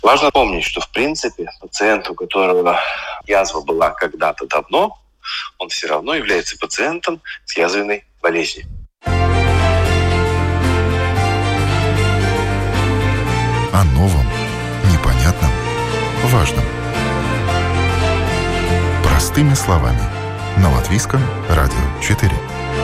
Важно помнить, что в принципе пациент, у которого язва была когда-то давно, он все равно является пациентом с язвенной болезнью. О новом, непонятном, важном. Простыми словами. На Латвийском радио 4.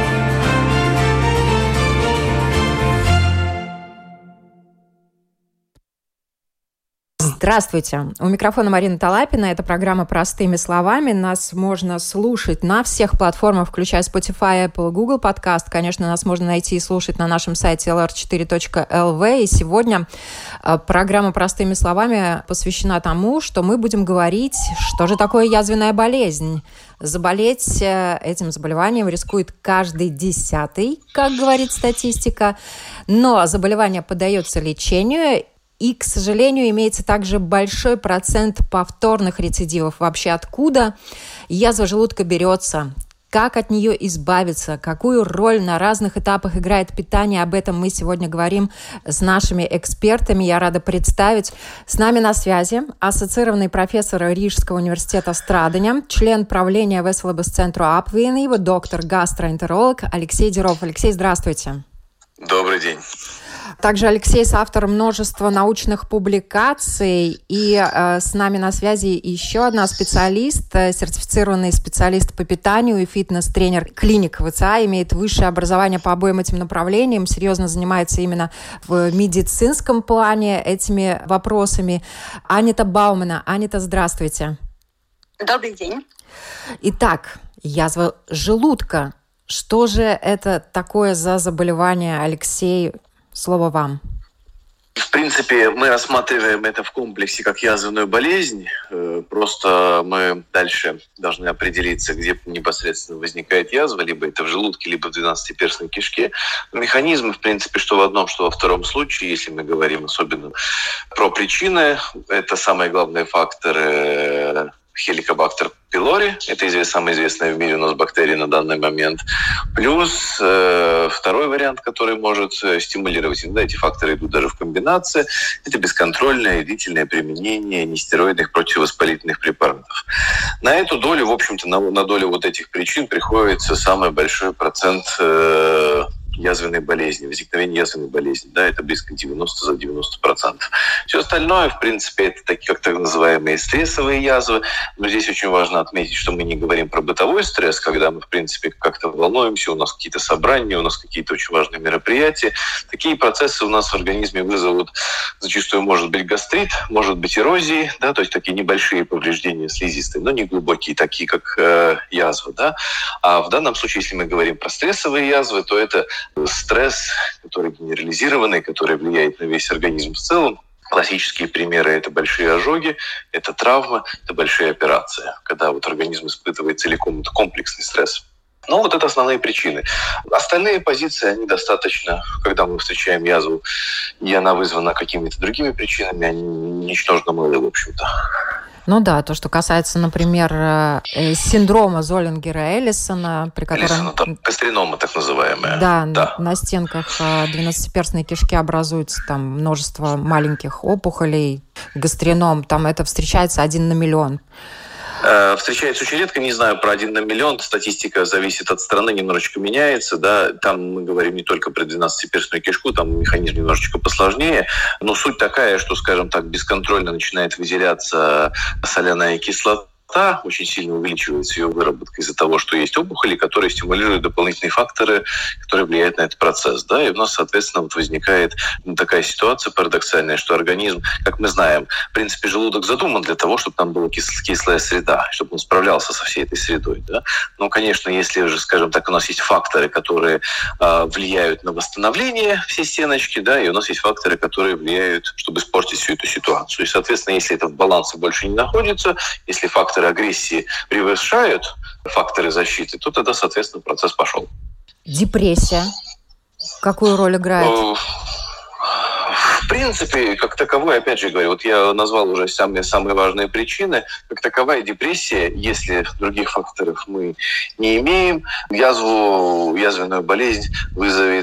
Здравствуйте. У микрофона Марина Талапина. Это программа «Простыми словами». Нас можно слушать на всех платформах, включая Spotify, Apple, Google Podcast. Конечно, нас можно найти и слушать на нашем сайте lr4.lv. И сегодня программа «Простыми словами» посвящена тому, что мы будем говорить, что же такое язвенная болезнь. Заболеть этим заболеванием рискует каждый 10-й, как говорит статистика. Но заболевание поддается лечению. И, к сожалению, имеется также большой процент повторных рецидивов. Вообще откуда язва желудка берется? Как от нее избавиться? Какую роль на разных этапах играет питание? Об этом мы сегодня говорим с нашими экспертами. Я рада представить. С нами на связи ассоциированный профессор Рижского университета Страданя, член правления Veselības centru Apvienība, доктор-гастроэнтеролог Алексей Деров. Алексей, здравствуйте. Добрый день. Также Алексей автор множества научных публикаций. И с нами на связи еще одна специалист, сертифицированный специалист по питанию и фитнес-тренер клиник ВЦА, имеет высшее образование по обоим этим направлениям, серьезно занимается именно в медицинском плане этими вопросами. Анита Баумана. Анита, здравствуйте. Добрый день. Итак, язва желудка. Что же это такое за заболевание, Алексей? Слово вам. В принципе, мы рассматриваем это в комплексе как язвенную болезнь. Просто мы дальше должны определиться, где непосредственно возникает язва, либо это в желудке, либо в двенадцатиперстной кишке. Механизмы, в принципе, что в одном, что во втором случае, если мы говорим особенно про причины, это самые главные факторы Helicobacter pylori, это самая известная в мире у нас бактерия на данный момент. Плюс второй вариант, который может стимулировать, эти факторы идут даже в комбинации, это бесконтрольное и длительное применение нестероидных противовоспалительных препаратов. На эту долю, в общем-то, на долю вот этих причин приходится самый большой процент язвенной болезни, возникновения язвенной болезни. Да, это близко 90%. Все остальное, в принципе, это такие, как так называемые стрессовые язвы. Но здесь очень важно отметить, что мы не говорим про бытовой стресс, когда мы, в принципе, как-то волнуемся, у нас какие-то собрания, у нас какие-то очень важные мероприятия. Такие процессы у нас в организме вызовут зачастую, может быть, гастрит, может быть, эрозии, да, то есть такие небольшие повреждения слизистой, но не глубокие, такие как язва. Да. А в данном случае, если мы говорим про стрессовые язвы, то это стресс, который генерализированный, который влияет на весь организм в целом. Классические примеры – это большие ожоги, это травмы, это большие операции, когда вот организм испытывает целиком комплексный стресс. Но вот это основные причины. Остальные позиции, они достаточно, когда мы встречаем язву, и она вызвана какими-то другими причинами, они ничтожно малы, в общем-то. Ну да, то, что касается, например, синдрома Золлингера-Эллисона, при котором... Гастринома, так называемая. Да. На стенках двенадцатиперстной кишки образуется там множество маленьких опухолей. Гастрином, там это встречается 1 на миллион. Встречается очень редко, не знаю, про 1 на миллион. Статистика зависит от страны, немножечко меняется. Да? Там мы говорим не только про двенадцатиперстную кишку, там механизм немножечко посложнее. Но суть такая, что, скажем так, бесконтрольно начинает выделяться соляная кислота, очень сильно увеличивается ее выработка из-за того, что есть опухоли, которые стимулируют дополнительные факторы, которые влияют на этот процесс. Да? И у нас, соответственно, вот возникает такая ситуация парадоксальная, что организм, как мы знаем, в принципе, желудок задуман для того, чтобы там была кислая среда, чтобы он справлялся со всей этой средой. Да? Но, конечно, если уже, скажем так, у нас есть факторы, которые влияют на восстановление всей стеночки, да, и у нас есть факторы, которые влияют, чтобы испортить всю эту ситуацию. И, соответственно, если это в балансе больше не находится, если факторы агрессии превышают факторы защиты, то тогда, соответственно, процесс пошел. Депрессия. Какую роль играет? В принципе, как таковой, опять же говорю, вот я назвал уже самые важные причины. Как таковая депрессия, если других факторов мы не имеем, язвенную болезнь вызовет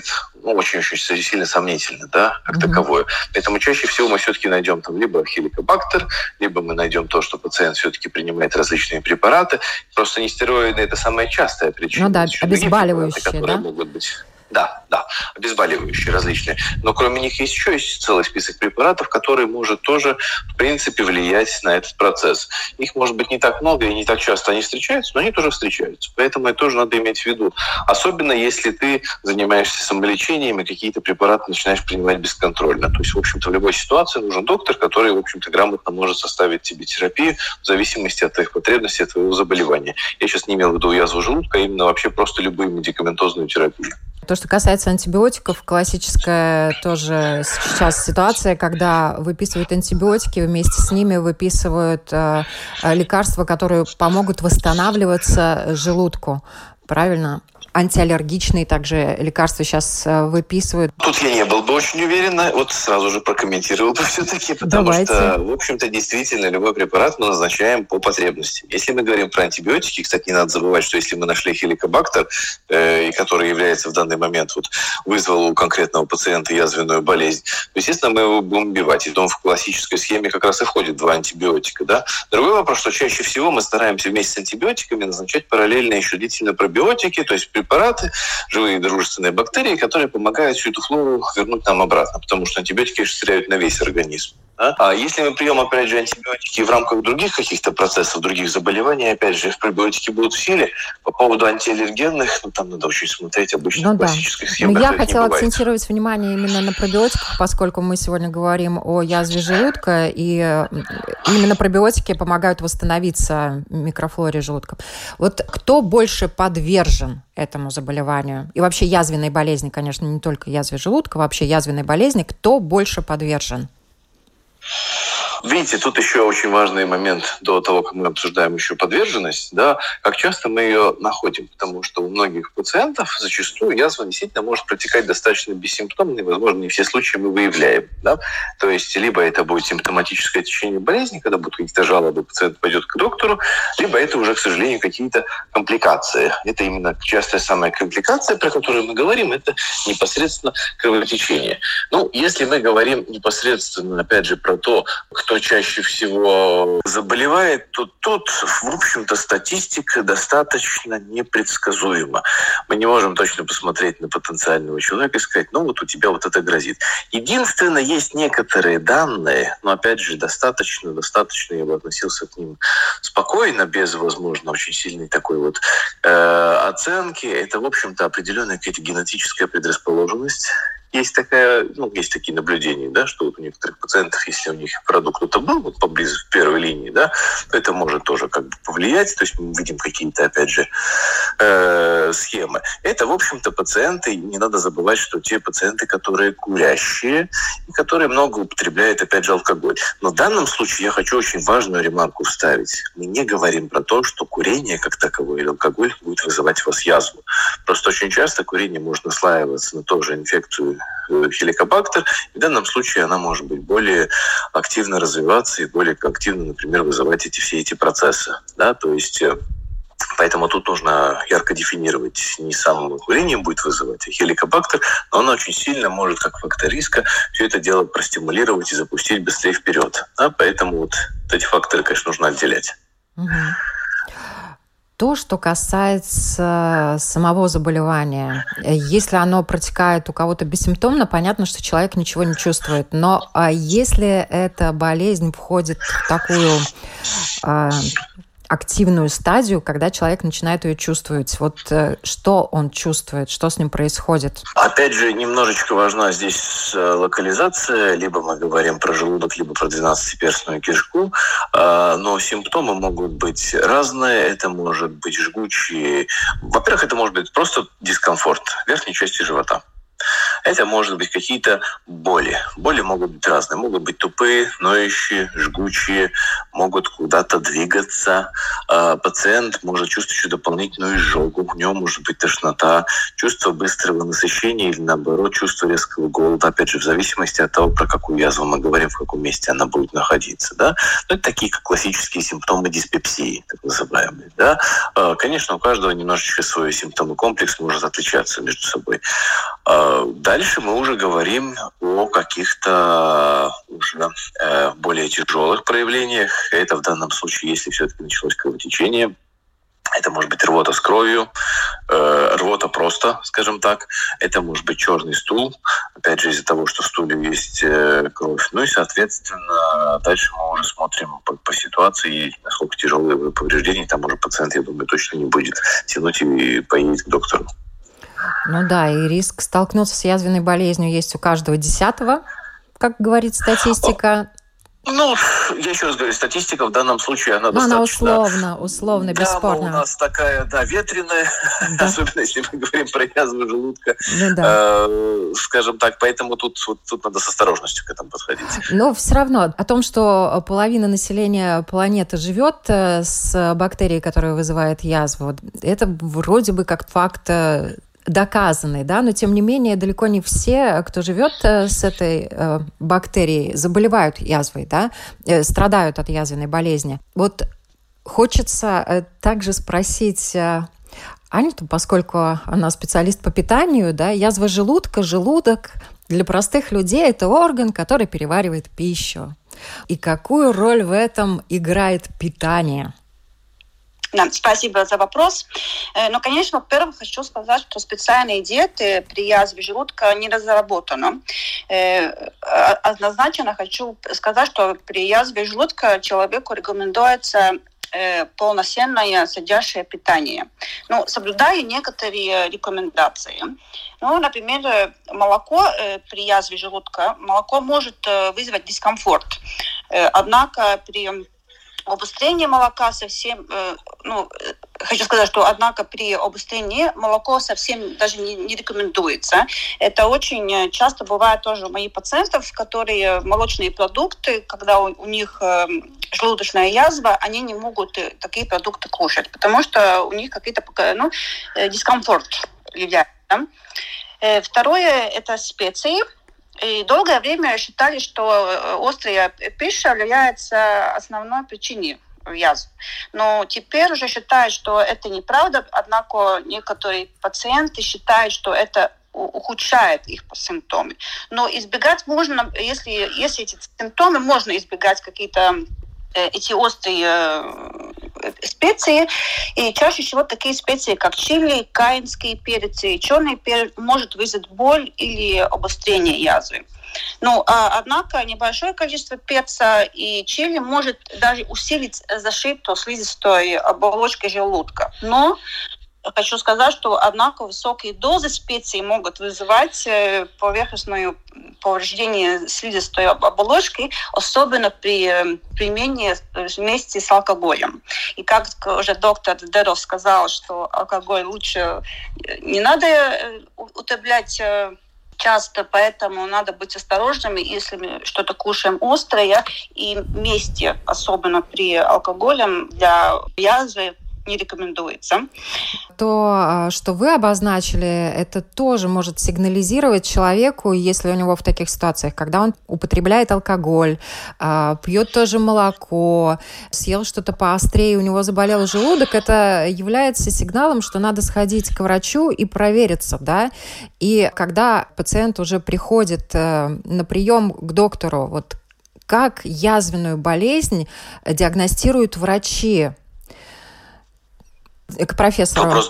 очень-очень сильно сомнительно, да, как таковое. Поэтому чаще всего мы все-таки найдем там либо хеликобактер, либо мы найдем то, что пациент все-таки принимает различные препараты. Просто нестероиды – это самая частая причина. Ну да, обезболивающие, которые могут быть... Да, обезболивающие различные. Но кроме них еще есть целый список препаратов, которые может тоже, в принципе, влиять на этот процесс. Их может быть не так много и не так часто они встречаются, но они тоже встречаются. Поэтому это тоже надо иметь в виду. Особенно если ты занимаешься самолечением и какие-то препараты начинаешь принимать бесконтрольно. То есть, в общем-то, в любой ситуации нужен доктор, который, в общем-то, грамотно может составить тебе терапию в зависимости от твоих потребностей, от твоего заболевания. Я сейчас не имел в виду язву желудка, а именно вообще просто любую медикаментозную терапию. То, что касается антибиотиков, классическая тоже сейчас ситуация, когда выписывают антибиотики, вместе с ними выписывают лекарства, которые помогут восстанавливаться желудку. Правильно? Антиаллергичные также лекарства сейчас выписывают. Тут я не был бы очень уверен, вот сразу же прокомментировал бы все-таки, потому что, в общем-то, действительно, любой препарат мы назначаем по потребности. Если мы говорим про антибиотики, кстати, не надо забывать, что если мы нашли хеликобактер, который является в данный момент, вызвал у конкретного пациента язвенную болезнь, то, естественно, мы его будем убивать. И в том в классической схеме как раз и входит 2 антибиотика. Да? Другой вопрос, что чаще всего мы стараемся вместе с антибиотиками назначать параллельно еще длительно пробиотики, то есть препараты, живые дружественные бактерии, которые помогают всю эту флору вернуть нам обратно, потому что антибиотики расширяют на весь организм. Да? А если мы прием, опять же, антибиотики в рамках других каких-то процессов, других заболеваний, опять же, пробиотики будут в силе. По поводу антиаллергенных, там надо очень смотреть обычно классических схем. Я хотела акцентировать внимание именно на пробиотиках, поскольку мы сегодня говорим о язве желудка, и именно пробиотики помогают восстановиться микрофлоре желудка. Вот кто больше подвержен этому заболеванию? И вообще язвенной болезни, конечно, не только язве желудка, вообще язвенной болезни, кто больше подвержен? Видите, тут еще очень важный момент до того, как мы обсуждаем еще подверженность, да, как часто мы ее находим, потому что у многих пациентов зачастую язва действительно может протекать достаточно бессимптомно, и, возможно, не все случаи мы выявляем. Да? То есть, либо это будет симптоматическое течение болезни, когда будут какие-то жалобы, пациент пойдет к доктору, либо это уже, к сожалению, какие-то компликации. Это именно частая самая компликация, про которую мы говорим, это непосредственно кровотечение. Если мы говорим непосредственно, опять же, про то, кто чаще всего заболевает, то тут, в общем-то, статистика достаточно непредсказуема. Мы не можем точно посмотреть на потенциального человека и сказать, у тебя вот это грозит. Единственное, есть некоторые данные, но, опять же, достаточно, я бы относился к ним спокойно, без, возможно, очень сильной такой оценки. Это, в общем-то, определенная какая-то генетическая предрасположенность. Есть такие наблюдения, да, что у некоторых пациентов, если у них продукт кто-то был поблизости в первой линии, да, то это может тоже повлиять. То есть мы видим какие-то, опять же, схемы. Это, в общем-то, пациенты, не надо забывать, что те пациенты, которые курящие и которые много употребляют, опять же, алкоголь. Но в данном случае я хочу очень важную ремарку вставить. Мы не говорим про то, что курение как таковое или алкоголь будет вызывать у вас язву. Просто очень часто курение может наслаиваться на ту же инфекцию хеликобактер, и в данном случае она может быть более активно развиваться и более активно, например, вызывать все эти процессы. Да? То есть поэтому тут нужно ярко дефинировать, не самым курением будет вызывать, а хеликобактер, но он очень сильно может, как фактор риска, все это дело простимулировать и запустить быстрее вперед. Да? Поэтому эти факторы, конечно, нужно отделять. То, что касается самого заболевания, если оно протекает у кого-то бессимптомно, понятно, что человек ничего не чувствует. Но если эта болезнь входит в такую активную стадию, когда человек начинает ее чувствовать, что он чувствует, что с ним происходит? Опять же, немножечко важна здесь локализация. Либо мы говорим про желудок, либо про 12-перстную кишку. Но симптомы могут быть разные. Это может быть жгучие. Во-первых, это может быть просто дискомфорт верхней части живота. Это может быть какие-то боли. Боли могут быть разные. Могут быть тупые, ноющие, жгучие, могут куда-то двигаться. Пациент может чувствовать еще дополнительную изжогу. У него может быть тошнота, чувство быстрого насыщения или, наоборот, чувство резкого голода. Опять же, в зависимости от того, про какую язву мы говорим, в каком месте она будет находиться. Да? Это такие, как классические симптомы диспепсии, так называемые. Да? Конечно, у каждого немножечко свой симптомный комплекс может отличаться между собой. Дальше мы уже говорим о каких-то уже более тяжелых проявлениях. Это в данном случае, если все-таки началось кровотечение, это может быть рвота с кровью, рвота просто, скажем так. Это может быть черный стул, опять же, из-за того, что в стуле есть кровь. Ну и, соответственно, дальше мы уже смотрим по ситуации, насколько тяжелые повреждения. Там уже пациент, я думаю, точно не будет тянуть и поедет к доктору. Ну да, и риск столкнуться с язвенной болезнью есть у каждого 10-го, как говорит статистика. Ну, я еще раз говорю, статистика в данном случае, она достаточно... Она условно, бесспорно. Да, у нас такая, ветреная, да. Особенно если мы говорим про язву желудка. Ну, да. Скажем так, поэтому тут надо с осторожностью к этому подходить. Но все равно о том, что половина населения планеты живет с бактерией, которая вызывает язву, это вроде бы как факт доказанный, да, но тем не менее далеко не все, кто живет с этой бактерией, заболевают язвой, да, страдают от язвенной болезни. Вот хочется также спросить Анюту, поскольку она специалист по питанию, да, язва желудка, желудок для простых людей – это орган, который переваривает пищу. И какую роль в этом играет питание? Да, спасибо за вопрос. Но, конечно, во-первых, хочу сказать, что специальные диеты при язве желудка не разработаны. Однозначно хочу сказать, что при язве желудка человеку рекомендуется полноценное содержащее питание, соблюдая некоторые рекомендации. Например, молоко при язве желудка, молоко может вызвать дискомфорт. Однако при обострение молока совсем, хочу сказать, что, однако, при обострении молоко совсем даже не рекомендуется. Это очень часто бывает тоже у моих пациентов, которые молочные продукты, когда у них желудочная язва, они не могут такие продукты кушать, потому что у них какие-то дискомфорт является. Второе – это специи. И долгое время считали, что острая пища является основной причиной язв. Но теперь уже считают, что это неправда, однако некоторые пациенты считают, что это ухудшает их симптомы. Но избегать можно, если эти симптомы, можно избегать какие-то эти острые специи. И чаще всего такие специи, как чили, каенский перец и черный перец, может вызвать боль или обострение язвы. Однако небольшое количество перца и чили может даже усилить защиту слизистой оболочки желудка. Но хочу сказать, что, однако, высокие дозы специй могут вызывать поверхностное повреждение слизистой оболочки, особенно при применении вместе с алкоголем. И как уже доктор Дедеров сказал, что алкоголь лучше не надо употреблять часто, поэтому надо быть осторожными, если мы что-то кушаем острое, и вместе, особенно при алкоголе, для язвы не рекомендуется. То, что вы обозначили, это тоже может сигнализировать человеку, если у него в таких ситуациях, когда он употребляет алкоголь, пьет тоже молоко, съел что-то поострее, у него заболел желудок, это является сигналом, что надо сходить к врачу и провериться, да. И когда пациент уже приходит на прием к доктору, вот как язвенную болезнь диагностируют врачи? К профессору. Вопрос.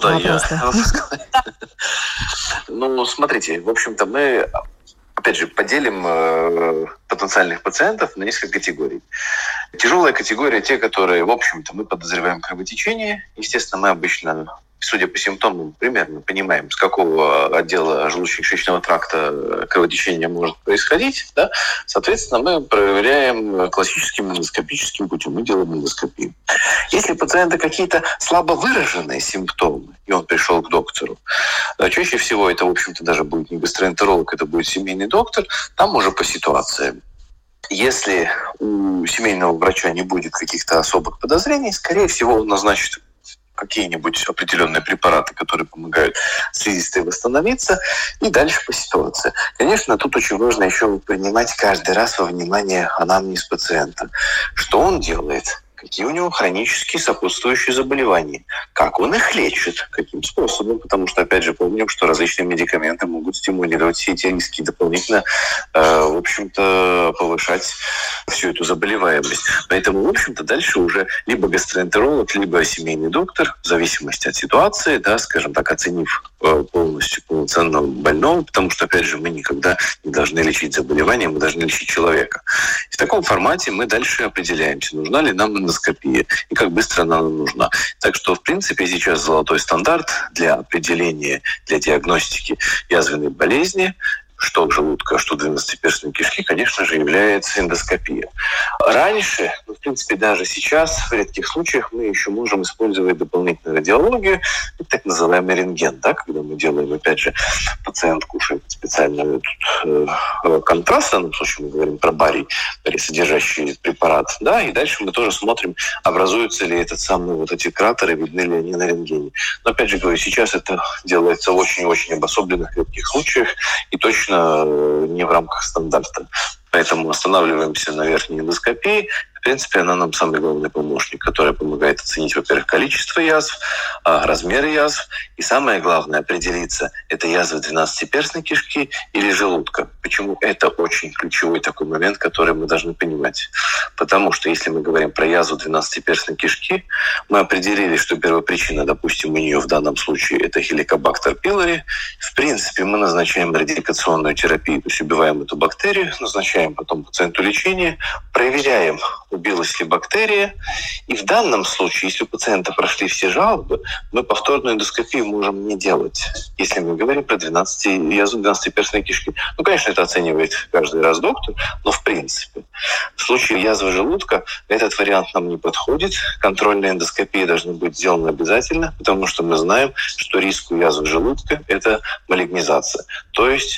Смотрите, в общем-то, мы, опять же, поделим потенциальных пациентов на несколько категорий. Тяжелая категория – те, которые, в общем-то, мы подозреваем кровотечение. Естественно, мы обычно, судя по симптомам, примерно понимаем, с какого отдела желудочно-кишечного тракта кровотечение может происходить. Да? Соответственно, мы проверяем классическим эндоскопическим путем. Мы делаем эндоскопию. Если у пациента какие-то слабо выраженные симптомы, и он пришел к доктору, чаще всего это, в общем-то, даже будет не гастроэнтеролог, это будет семейный доктор, там уже по ситуации. Если у семейного врача не будет каких-то особых подозрений, скорее всего, он назначит какие-нибудь определенные препараты, которые помогают слизистой восстановиться, и дальше по ситуации. Конечно, тут очень важно еще принимать каждый раз во внимание анамнез пациента. Что он делает? какие у него хронические сопутствующие заболевания, как он их лечит, каким способом, потому что, опять же, помним, что различные медикаменты могут стимулировать все эти риски и дополнительно, в общем-то, повышать всю эту заболеваемость. Поэтому, в общем-то, дальше уже либо гастроэнтеролог, либо семейный доктор, в зависимости от ситуации, да, скажем так, оценив полностью полноценного больного, потому что, опять же, мы никогда не должны лечить заболевание, мы должны лечить человека. В таком формате мы дальше определяемся, нужна ли нам эндоскопия и как быстро она нам нужна. Так что, в принципе, сейчас золотой стандарт для определения, для диагностики язвенной болезни, что желудка, что двенадцатиперстной кишки, конечно же, является эндоскопия. Раньше, в принципе, даже сейчас, в редких случаях, мы еще можем использовать дополнительную радиологию, так называемый рентген, да, когда мы делаем, опять же, пациент кушает специальный контраст, в данном случае мы говорим про барий, содержащий препарат, да, и дальше мы тоже смотрим, образуются ли эти кратеры, видны ли они на рентгене. Но, опять же говорю, сейчас это делается в очень-очень обособленных редких случаях и точно не в рамках стандарта. Поэтому останавливаемся на верхней эндоскопии. В принципе, она нам самый главный помощник, который помогает оценить, во-первых, количество язв, размеры язв. И самое главное, определиться, это язва двенадцатиперстной кишки или желудка. Почему это очень ключевой такой момент, который мы должны понимать. Потому что если мы говорим про язву двенадцатиперстной кишки, мы определили, что первопричина, допустим, у нее в данном случае это Helicobacter pylori. В принципе, мы назначаем радиолокационную терапию, то есть убиваем эту бактерию, назначаем потом пациенту лечение, проверяем, убилась ли бактерия. И в данном случае, если у пациента прошли все жалобы, мы повторную эндоскопию можем не делать, если мы говорим про язву двенадцатиперстной кишки. Ну, конечно, это оценивает каждый раз доктор, но в принципе. В случае язвы желудка этот вариант нам не подходит. Контрольная эндоскопия должна быть сделана обязательно, потому что мы знаем, что риск у язвы желудка – это малигнизация. То есть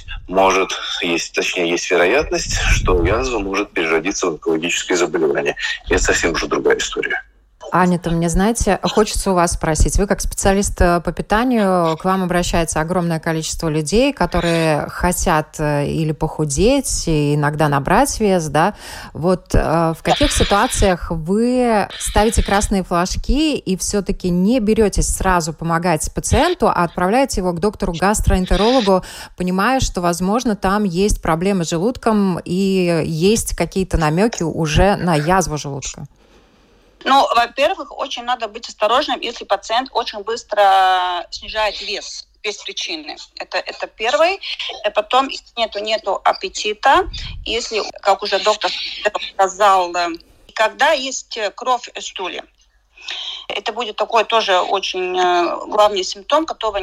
есть вероятность, что язва может переродиться в онкологическое заболевание. И это совсем уже другая история. Аня-то, мне, знаете, хочется у вас спросить. Вы как специалист по питанию, к вам обращается огромное количество людей, которые хотят или похудеть, и иногда набрать вес, да? Вот в каких ситуациях вы ставите красные флажки и все-таки не беретесь сразу помогать пациенту, а отправляете его к доктору-гастроэнтерологу, понимая, что, возможно, там есть проблемы с желудком и есть какие-то намеки уже на язву желудка? Ну, во-первых, очень надо быть осторожным, если пациент очень быстро снижает вес без причины. Это первый. И потом, если нету аппетита, если, как уже доктор сказал, когда есть кровь в стуле. Это будет такой тоже очень главный симптом, которого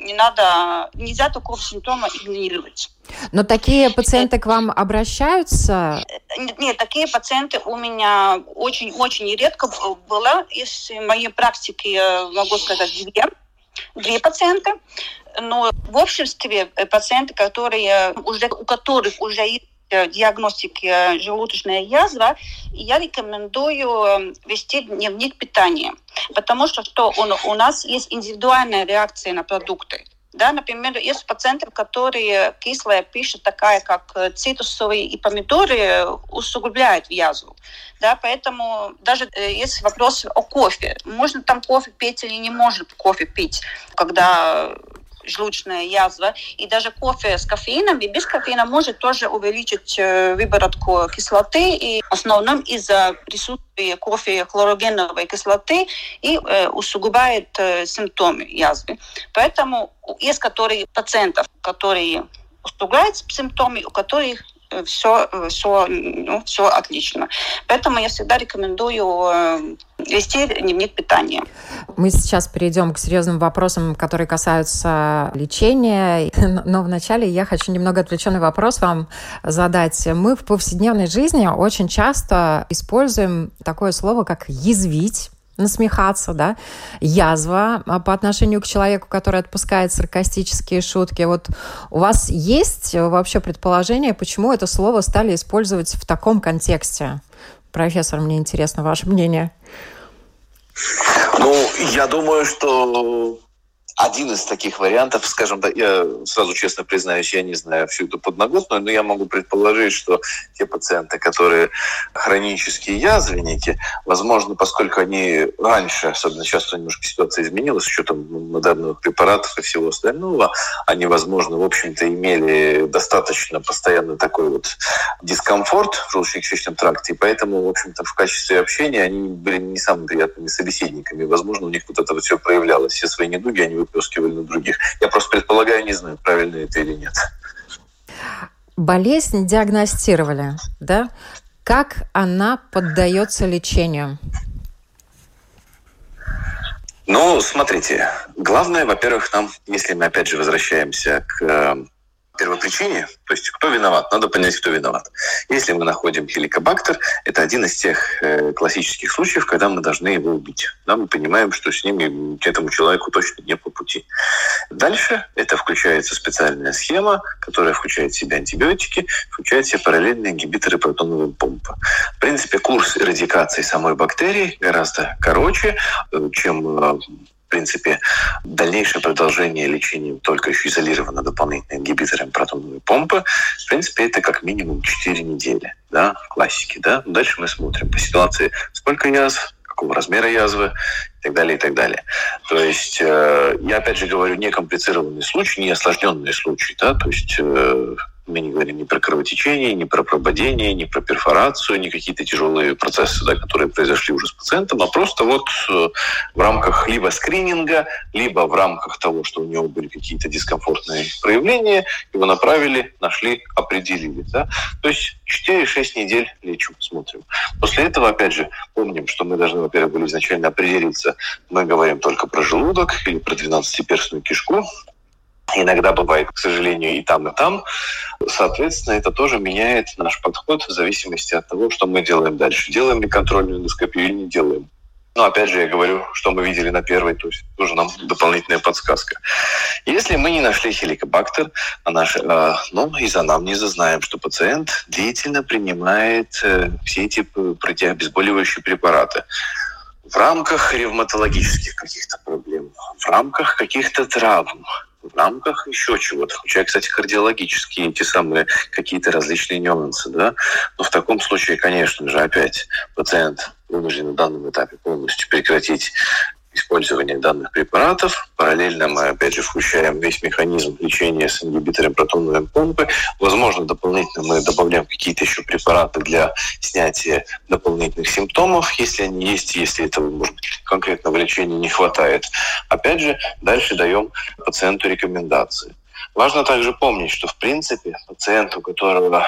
нельзя такого симптома игнорировать. Но такие пациенты к вам обращаются? Нет, такие пациенты у меня очень-очень редко было. Из моей практики могу сказать две пациенты. Но в обществе пациенты, у которых уже есть диагностики желудочная язва, я рекомендую вести дневник питания. Потому что у нас есть индивидуальная реакция на продукты. Да, например, есть пациенты, которые кислая пища, такая как цитрусовые и помидоры, усугубляют язву. Да, поэтому даже есть вопрос о кофе. Можно там кофе пить или не можно кофе пить, когда желудочная язва. И даже кофе с кофеином и без кофеина может тоже увеличить выработку кислоты, и в основном из-за присутствия кофе хлорогеновой кислоты и усугубляет симптомы язвы. Поэтому есть пациентов, которые усугубляют симптомы, у которых все отлично. Поэтому я всегда рекомендую вести дневник питания. Мы сейчас перейдем к серьезным вопросам, которые касаются лечения. Но вначале я хочу немного отвлеченный вопрос вам задать. Мы в повседневной жизни очень часто используем такое слово, как «язвить», насмехаться, да, язва по отношению к человеку, который отпускает саркастические шутки. Вот у вас есть вообще предположение, почему это слово стали использовать в таком контексте? Профессор, мне интересно ваше мнение. Ну, я думаю, что один из таких вариантов, скажем так, я сразу честно признаюсь, я не знаю всю эту подноготную, но я могу предположить, что те пациенты, которые хронические язвенники, возможно, поскольку они раньше, особенно сейчас немножко ситуация изменилась, с учетом модерных препаратов и всего остального, они, возможно, в общем-то, имели достаточно постоянно такой вот дискомфорт в желудочно-кишечном тракте, и поэтому, в общем-то, в качестве общения они были не самыми приятными собеседниками. Возможно, у них вот это вот все проявлялось, все свои недуги они выплескивали на других. Я просто предполагаю, не знаю, правильно это или нет. Болезнь диагностировали, да? Как она поддается лечению? Ну, смотрите, главное, во-первых, нам, если мы опять же возвращаемся к первопричине, то есть кто виноват, надо понять, кто виноват. Если мы находим хеликобактер, это один из тех классических случаев, когда мы должны его убить. Да, мы понимаем, что с ним к этому человеку точно не по пути. Дальше это включается специальная схема, которая включает в себя антибиотики, включает в себя параллельные ингибиторы протоновой помпы. В принципе, курс эрадикации самой бактерии гораздо короче, чем в принципе, дальнейшее продолжение лечения только еще изолировано дополнительным ингибитором протоновой помпы. В принципе, это как минимум 4 недели, да, в классике, да. Дальше мы смотрим по ситуации, сколько язв, какого размера язвы и так далее, и так далее. То есть, я опять же говорю, не комплицированный случай, не осложненный случай, да, то есть мы не говорим ни про кровотечение, ни про прободение, ни про перфорацию, ни какие-то тяжелые процессы, да, которые произошли уже с пациентом, а просто вот в рамках либо скрининга, либо в рамках того, что у него были какие-то дискомфортные проявления, его направили, нашли, определили. Да? То есть 4-6 недель лечим, смотрим. После этого, опять же, помним, что мы должны, во-первых, были изначально определиться, мы говорим только про желудок или про 12-перстную кишку. Иногда бывает, к сожалению, и там, и там. Соответственно, это тоже меняет наш подход в зависимости от того, что мы делаем дальше. Делаем ли контрольную эндоскопию или не делаем. Но опять же, я говорю, что мы видели на первой, то есть тоже нам дополнительная подсказка. Если мы не нашли хеликобактер, из анамнеза знаем, что пациент длительно принимает все эти противообезболивающие препараты. В рамках ревматологических каких-то проблем, в рамках каких-то травм, в рамках еще чего-то, включая, кстати, кардиологические эти самые какие-то различные нюансы, да. Но в таком случае, конечно же, опять пациент вынужден на данном этапе полностью прекратить использование данных препаратов. Параллельно мы, опять же, включаем весь механизм лечения с ингибитором протоновой помпы. Возможно, дополнительно мы добавляем какие-то еще препараты для снятия дополнительных симптомов, если они есть, если этого, может быть, конкретного лечения не хватает. Опять же, дальше даем пациенту рекомендации. Важно также помнить, что, в принципе, пациент, у которого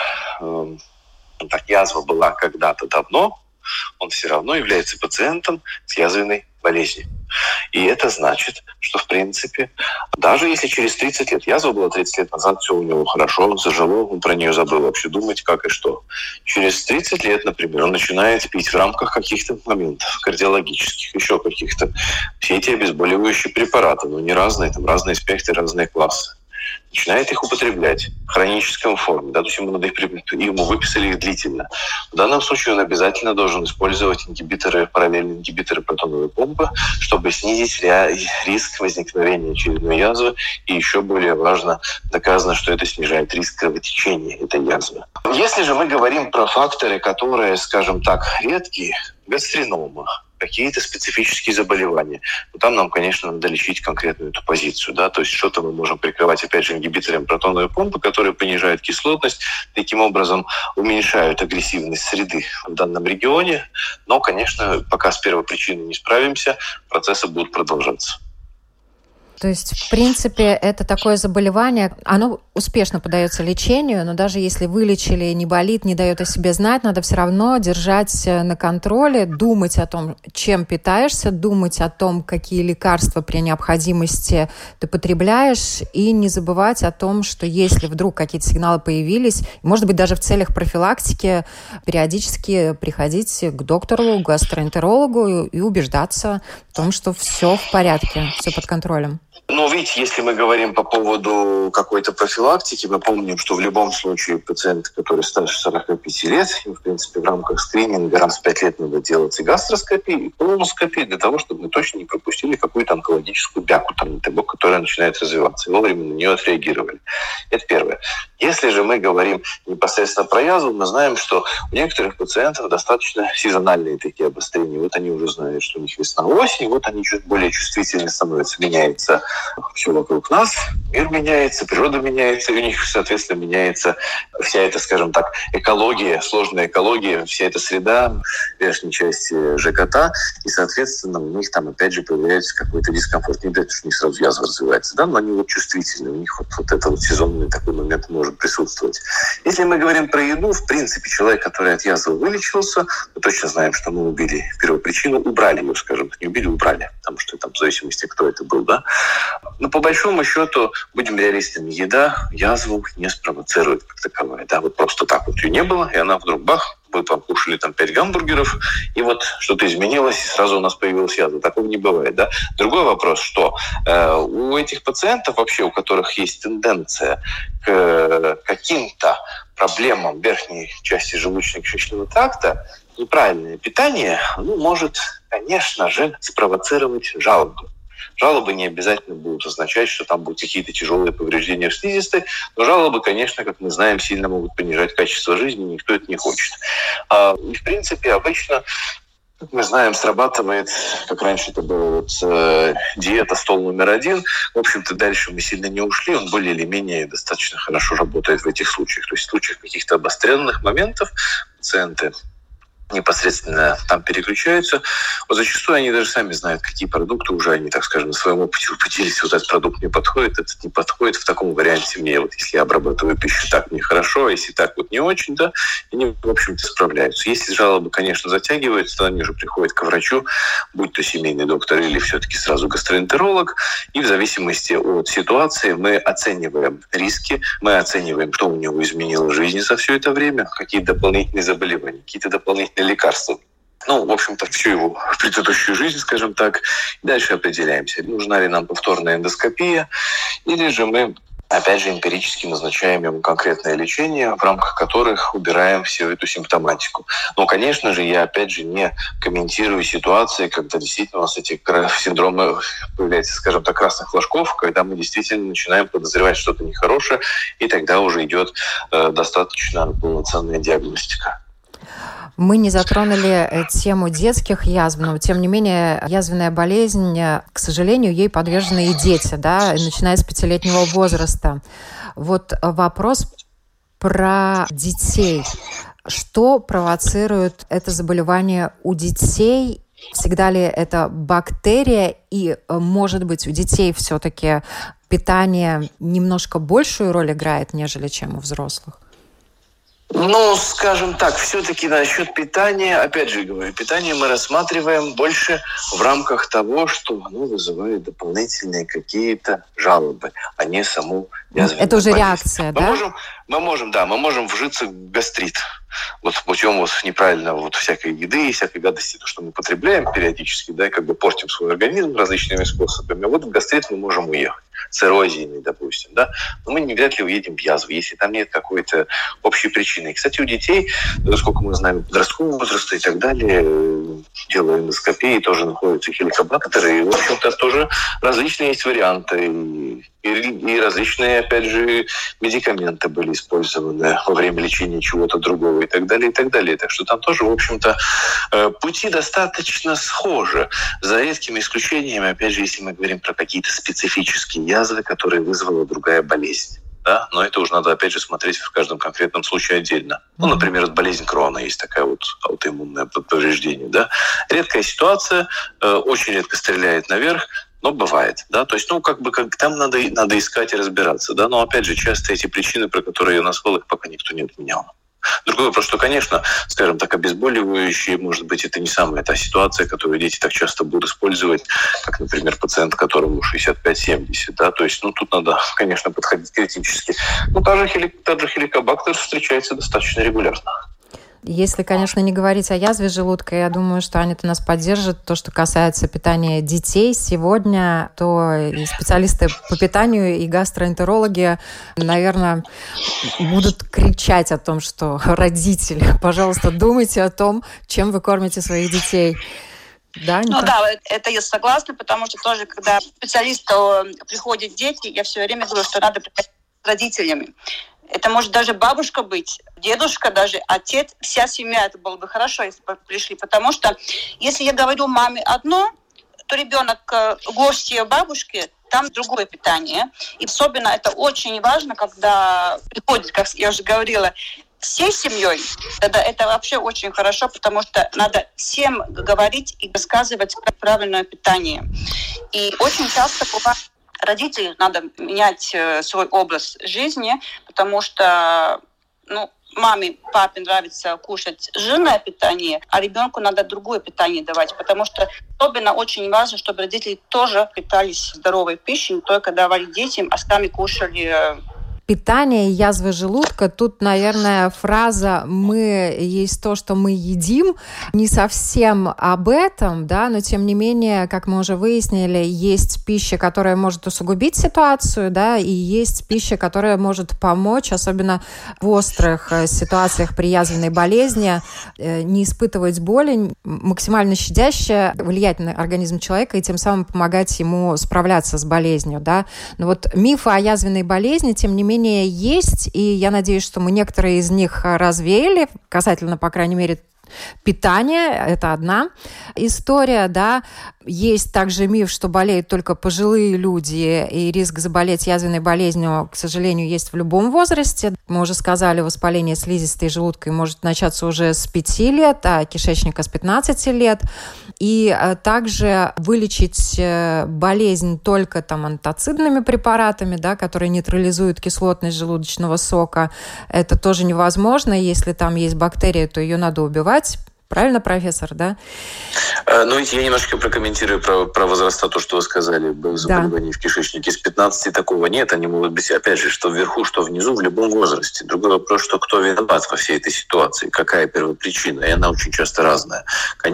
язва была когда-то давно, он все равно является пациентом с язвенной болезнью. И это значит, что, в принципе, даже если через 30 лет, язва была 30 лет назад, все у него хорошо, зажило, он про нее забыл вообще думать, как и что. Через 30 лет, например, он начинает пить в рамках каких-то моментов кардиологических, еще каких-то, все эти обезболивающие препараты, но не разные, там разные спектры, разные классы. Начинает их употреблять в хроническом форме, да, то есть ему выписали их длительно. В данном случае он обязательно должен использовать параллельные ингибиторы протоновой помпы, чтобы снизить риск возникновения очередной язвы. И еще более важно, доказано, что это снижает риск кровотечения этой язвы. Если же мы говорим про факторы, которые, скажем так, редкие, гастринома, какие-то специфические заболевания. Но там нам, конечно, надо лечить конкретную эту позицию. Да? То есть что-то мы можем прикрывать, опять же, ингибитором протоновой помпы, которые понижают кислотность, таким образом уменьшают агрессивность среды в данном регионе. Но, конечно, пока с первопричиной не справимся, процессы будут продолжаться. То есть, в принципе, это такое заболевание, оно успешно поддается лечению, но даже если вылечили, не болит, не дает о себе знать, надо все равно держать на контроле, думать о том, чем питаешься, думать о том, какие лекарства при необходимости ты потребляешь, и не забывать о том, что если вдруг какие-то сигналы появились, может быть, даже в целях профилактики, периодически приходить к доктору, к гастроэнтерологу и убеждаться в том, что все в порядке, все под контролем. Но видите, если мы говорим по поводу какой-то профилактики, мы помним, что в любом случае пациенты, которые старше 45 лет, им, в принципе, в рамках скрининга раз в 5 лет надо делать и гастроскопию, и колоноскопию для того, чтобы мы точно не пропустили какую-то онкологическую бяку, там, которая начинает развиваться, и вовремя на нее отреагировали. Это первое. Если же мы говорим непосредственно про язву, мы знаем, что у некоторых пациентов достаточно сезональные такие обострения. Вот они уже знают, что у них весна-осень, вот они чуть более чувствительны становятся, меняется все вокруг нас, мир меняется, природа меняется, и у них, соответственно, меняется вся эта, скажем так, экология, сложная экология, вся эта среда, верхней части ЖКТ, и, соответственно, у них там, опять же, появляется какой-то дискомфорт. Не дает, что у них сразу язва развивается, да, но они вот чувствительны, у них вот это вот сезонный такой момент может присутствовать. Если мы говорим про еду, в принципе, человек, который от язвы вылечился, мы точно знаем, что мы убили первопричину, убрали ее, скажем так, не убили, убрали, потому что там в зависимости, кто это был, да. Но по большому счету, будем реалистами, еда язву не спровоцирует как таковая, да, вот просто так вот ее не было, и она вдруг бах, вы покушали там 5 гамбургеров, и вот что-то изменилось, и сразу у нас появилась язва. Такого не бывает, да. Другой вопрос, что у этих пациентов вообще, у которых есть тенденция к каким-то проблемам верхней части желудочно-кишечного тракта, неправильное питание, может, конечно же, спровоцировать жалобу. Жалобы не обязательно будут означать, что там будут какие-то тяжелые повреждения в слизистой, но жалобы, конечно, как мы знаем, сильно могут понижать качество жизни, никто это не хочет. И, в принципе, обычно, как мы знаем, срабатывает, как раньше это было, диета стол номер 1. В общем-то, дальше мы сильно не ушли, он более или менее достаточно хорошо работает в этих случаях. То есть в случаях каких-то обостренных моментов пациенты непосредственно там переключаются. Вот зачастую они даже сами знают, какие продукты уже они, так скажем, на своем опыте убедились, вот этот продукт не подходит, этот не подходит, в таком варианте мне, вот если я обрабатываю пищу так, мне хорошо, а если так вот не очень, да, они, в общем-то, справляются. Если жалобы, конечно, затягиваются, то они уже приходят к врачу, будь то семейный доктор или все-таки сразу гастроэнтеролог, и в зависимости от ситуации мы оцениваем риски, мы оцениваем, что у него изменило в жизни за все это время, какие дополнительные заболевания, какие-то дополнительные лекарства. В общем-то, всю его предыдущую жизнь, скажем так. И дальше определяемся, нужна ли нам повторная эндоскопия, или же мы, опять же, эмпирически назначаем ему конкретное лечение, в рамках которых убираем всю эту симптоматику. Но, конечно же, я, опять же, не комментирую ситуации, когда действительно у нас эти синдромы появляются, скажем так, красных флажков, когда мы действительно начинаем подозревать что-то нехорошее, и тогда уже идет достаточно полноценная диагностика. Мы не затронули тему детских язв, но, тем не менее, язвенная болезнь, к сожалению, ей подвержены и дети, да, начиная с 5-летнего возраста. Вот вопрос про детей. Что провоцирует это заболевание у детей? Всегда ли это бактерия? И, может быть, у детей все-таки питание немножко большую роль играет, нежели чем у взрослых? Скажем так, все-таки насчет питания, опять же говорю, питание мы рассматриваем больше в рамках того, что оно вызывает дополнительные какие-то жалобы, а не саму язвенную Это уже болезнь. реакция, да? Мы можем вжиться в гастрит. Вот путем неправильного всякой еды и всякой гадости, то, что мы потребляем периодически, да, и как бы портим свой организм различными способами. Вот в гастрит мы можем уехать. С эрозиями, допустим, да, но мы не вряд ли уедем в язву, если там нет какой-то общей причины. И, кстати, у детей, сколько мы знаем, подросткового возраста и так далее, делая эндоскопии, тоже находятся хеликобактеры, и, в общем-то, тоже различные есть варианты. И различные, опять же, медикаменты были использованы во время лечения чего-то другого и так далее, и так далее. Так что там тоже, в общем-то, пути достаточно схожи. За редкими исключениями, опять же, если мы говорим про какие-то специфические язвы, которые вызвала другая болезнь. Да? Но это уже надо, опять же, смотреть в каждом конкретном случае отдельно. Например, болезнь Крона есть такая аутоиммунное повреждение. Да? Редкая ситуация, очень редко стреляет наверх, но бывает, да, то есть, там надо искать и разбираться, да, но, опять же, часто эти причины, про которые я назвал, их пока никто не отменял. Другой вопрос, что, конечно, скажем так, обезболивающие, может быть, это не самая та ситуация, которую дети так часто будут использовать, как, например, пациент, которому 65-70, да, то есть, тут надо, конечно, подходить критически. Но та же хеликобактер встречается достаточно регулярно. Если, конечно, не говорить о язве желудка, я думаю, что Аня-то нас поддержит. То, что касается питания детей сегодня, то и специалисты по питанию, и гастроэнтерологи, наверное, будут кричать о том, что родители, пожалуйста, думайте о том, чем вы кормите своих детей. Да, это я согласна, потому что тоже, когда специалисту приходят дети, я все время говорю, что надо приходить с родителями. Это может даже бабушка быть, дедушка, даже отец, вся семья. Это было бы хорошо, если бы пришли. Потому что если я говорю маме одно, то ребенок в гости бабушки, там другое питание. И особенно это очень важно, когда приходит, как я уже говорила, всей семьей, тогда это вообще очень хорошо, потому что надо всем говорить и рассказывать про правильное питание. И очень часто бывает, родителям надо менять свой образ жизни, потому что маме, папе нравится кушать жирное питание, а ребенку надо другое питание давать, потому что особенно очень важно, чтобы родители тоже питались здоровой пищей, не только давали детям, а сами кушали. Питание и язвы желудка. Тут, наверное, фраза «мы есть то, что мы едим» не совсем об этом, да, но тем не менее, как мы уже выяснили, есть пища, которая может усугубить ситуацию, да, и есть пища, которая может помочь, особенно в острых ситуациях при язвенной болезни, не испытывать боли, максимально щадяще влиять на организм человека и тем самым помогать ему справляться с болезнью, да. Но вот мифы о язвенной болезни, тем не менее, есть, и я надеюсь, что мы некоторые из них развеяли, касательно, по крайней мере, питание, это одна история, да. Есть также миф, что болеют только пожилые люди, и риск заболеть язвенной болезнью, к сожалению, есть в любом возрасте. Мы уже сказали, воспаление слизистой желудка может начаться уже с 5 лет, а кишечника с 15 лет. И также вылечить болезнь только антацидными препаратами, да, которые нейтрализуют кислотность желудочного сока, это тоже невозможно. Если там есть бактерия, то ее надо убивать. Правильно, профессор, да? Я немножко прокомментирую про возраста, то, что вы сказали, заболеваний в кишечнике. С 15 такого нет, они могут быть, опять же, что вверху, что внизу, в любом возрасте. Другой вопрос, что кто виноват во всей этой ситуации, какая первопричина, и она очень часто разная.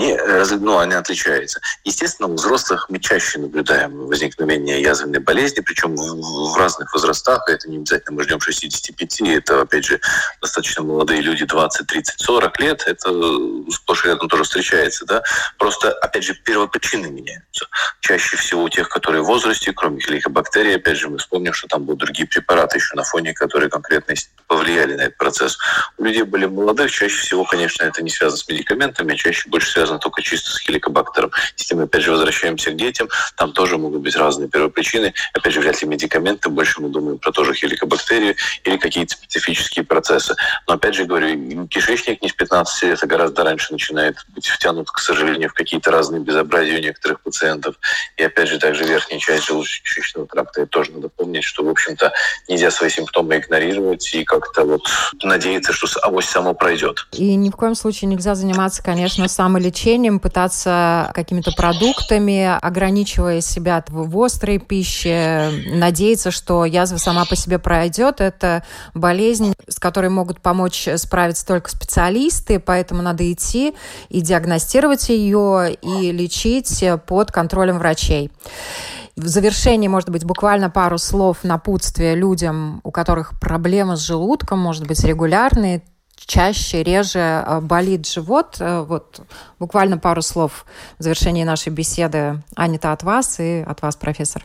Она отличается. Естественно, у взрослых мы чаще наблюдаем возникновение язвенной болезни, причем в разных возрастах, это не обязательно мы ждем 65, это, опять же, достаточно молодые люди, 20, 30, 40 лет, это сплошь и рядом тоже встречается, да. Просто, опять же, первопричины меняются. Чаще всего у тех, которые в возрасте, кроме хеликобактерий, опять же, мы вспомним, что там будут другие препараты еще на фоне, которые конкретно повлияли на этот процесс. У людей более молодых чаще всего, конечно, это не связано с медикаментами, а чаще больше связано только чисто с хеликобактером. Если мы, опять же, возвращаемся к детям, там тоже могут быть разные первопричины. Опять же, вряд ли медикаменты, больше мы думаем про тоже хеликобактерию или какие-то специфические процессы. Но, опять же, говорю, кишечник не с 15 лет, а гораздо раньше начинает быть втянут, к сожалению, в какие-то разные безобразия у некоторых пациентов. И, опять же, также верхняя часть желудочно-кишечного тракта. Это тоже надо помнить, что, в общем-то, нельзя свои симптомы игнорировать и как-то надеяться, что авось само пройдет. И ни в коем случае нельзя заниматься, конечно, самолечением, пытаться какими-то продуктами, ограничивая себя в острой пище, надеяться, что язва сама по себе пройдет. Это болезнь, с которой могут помочь справиться только специалисты, поэтому надо идти и диагностировать ее, и лечить под контролем врачей. В завершении, может быть, буквально пару слов напутствия людям, у которых проблемы с желудком, может быть, регулярные, чаще, реже болит живот. Вот буквально пару слов в завершении нашей беседы, Анита, от вас и от вас, профессор.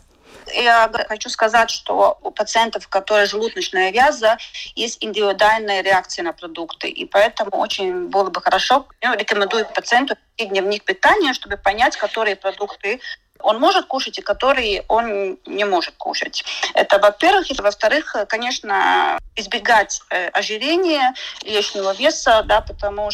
Я хочу сказать, что у пациентов, у которых желудочная язва, есть индивидуальная реакция на продукты. И поэтому очень было бы хорошо, рекомендую пациенту вести дневник питания, чтобы понять, которые продукты он может кушать и которые он не может кушать. Это, во-первых. И, во-вторых, конечно, избегать ожирения, лишнего веса, да, потому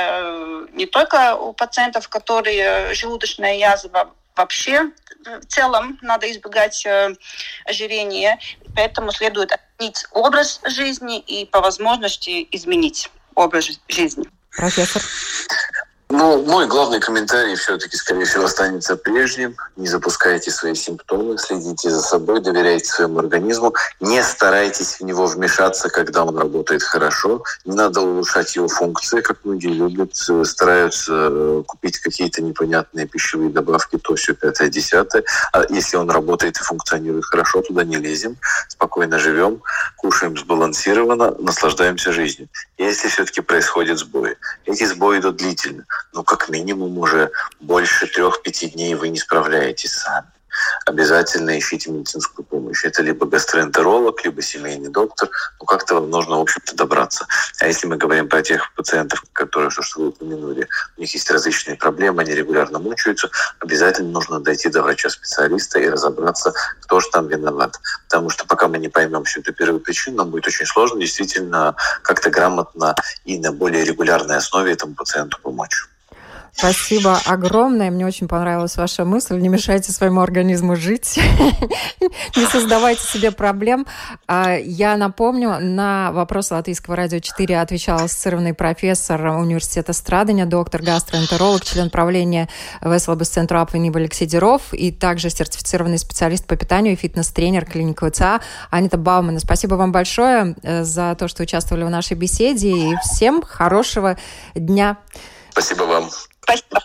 что не только у пациентов, которые желудочная язва, вообще в целом надо избегать ожирения. Поэтому следует изменить образ жизни и по возможности изменить образ жизни. Профессор. Мой главный комментарий все-таки, скорее всего, останется прежним. Не запускайте свои симптомы, следите за собой, доверяйте своему организму. Не старайтесь в него вмешаться, когда он работает хорошо. Не надо улучшать его функции, как многие любят. Стараются купить какие-то непонятные пищевые добавки, то все 5, 10. А если он работает и функционирует хорошо, туда не лезем. Спокойно живем, кушаем сбалансированно, наслаждаемся жизнью. Если все-таки происходят сбои, эти сбои идут длительно. Как минимум уже больше 3-5 дней вы не справляетесь сами. Обязательно ищите медицинскую помощь. Это либо гастроэнтеролог, либо семейный доктор. Как-то вам нужно, в общем-то, добраться. А если мы говорим про тех пациентов, которые, что вы упомянули, у них есть различные проблемы, они регулярно мучаются, обязательно нужно дойти до врача-специалиста и разобраться, кто же там виноват. Потому что пока мы не поймем всю эту первую причину, нам будет очень сложно действительно как-то грамотно и на более регулярной основе этому пациенту помочь. Спасибо огромное. Мне очень понравилась ваша мысль. Не мешайте своему организму жить. Не создавайте себе проблем. Я напомню, на вопрос Латвийского радио 4 отвечал ассоциированный профессор университета Страдания, доктор гастроэнтеролог, член правления Веселобус центру Апвениб Алексей Деров и также сертифицированный специалист по питанию и фитнес-тренер клиники ВЦА Анита Баумана. Спасибо вам большое за то, что участвовали в нашей беседе. И всем хорошего дня. Спасибо вам. Спасибо.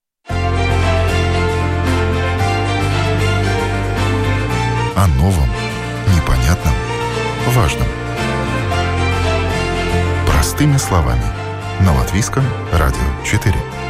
О новом, непонятном, важном. Простыми словами. На Латвийском радио 4.